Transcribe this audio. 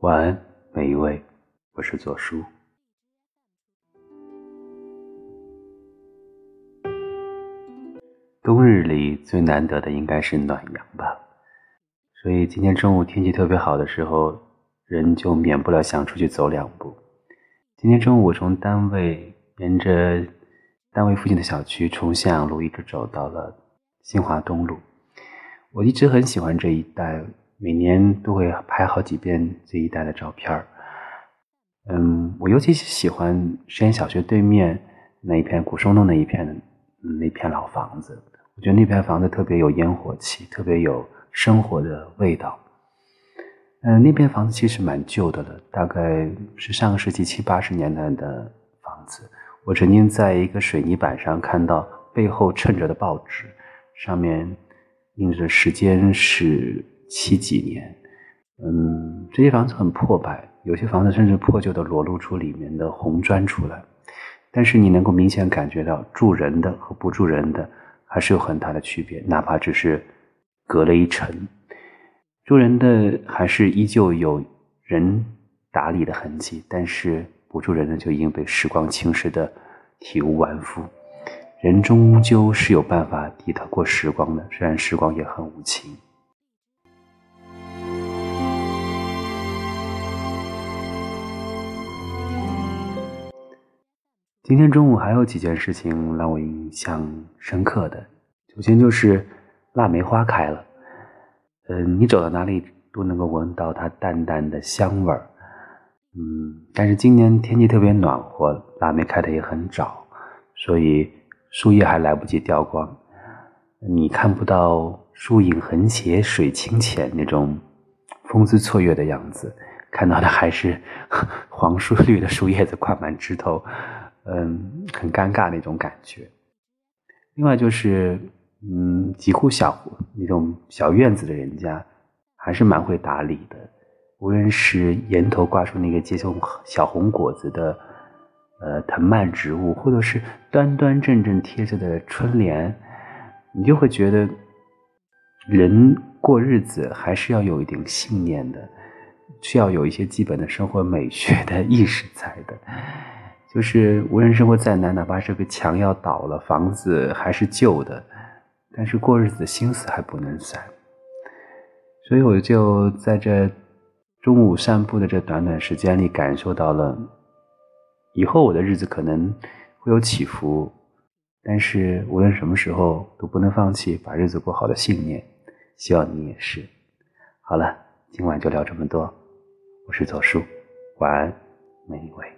晚安，每一位，我是左叔。冬日里最难得的应该是暖阳吧，所以今天中午天气特别好的时候，人就免不了想出去走两步。今天中午我从单位沿着单位附近的小区从向阳路一直走到了新华东路。我一直很喜欢这一带，每年都会拍好几遍这一带的照片。我尤其喜欢实验小学对面那一片古松洞那一片老房子，我觉得那片房子特别有烟火气，特别有生活的味道。那片房子其实蛮旧的了，大概是上个世纪70、80年代的房子。我曾经在一个水泥板上看到背后衬着的报纸，上面印着时间是70几年。这些房子很破败，有些房子甚至破旧的裸露出里面的红砖出来，但是你能够明显感觉到住人的和不住人的还是有很大的区别，哪怕只是隔了一层。住人的还是依旧有人打理的痕迹，但是不住人的就已经被时光侵蚀的体无完肤。人终究是有办法抵得过时光的，虽然时光也很无情。今天中午还有几件事情让我印象深刻的，首先就是腊梅花开了。你走到哪里都能够闻到它淡淡的香味儿。但是今年天气特别暖和，腊梅开得也很早，所以树叶还来不及掉光，你看不到树影横斜水清浅那种风姿错跃的样子，看到的还是黄树绿的树叶子挂满枝头，很尴尬那种感觉。另外就是几户那种小院子的人家还是蛮会打理的，无论是檐头挂出那个结小红果子的藤蔓植物，或者是端端正正贴着的春联，你就会觉得人过日子还是要有一点信念的，需要有一些基本的生活美学的意识在的。就是无论生活再难，哪怕这个墙要倒了，房子还是旧的，但是过日子的心思还不能散。所以我就在这中午散步的这短短时间里感受到了，以后我的日子可能会有起伏，但是无论什么时候都不能放弃把日子过好的信念，希望你也是。好了，今晚就聊这么多，我是左叔，晚安，每一位。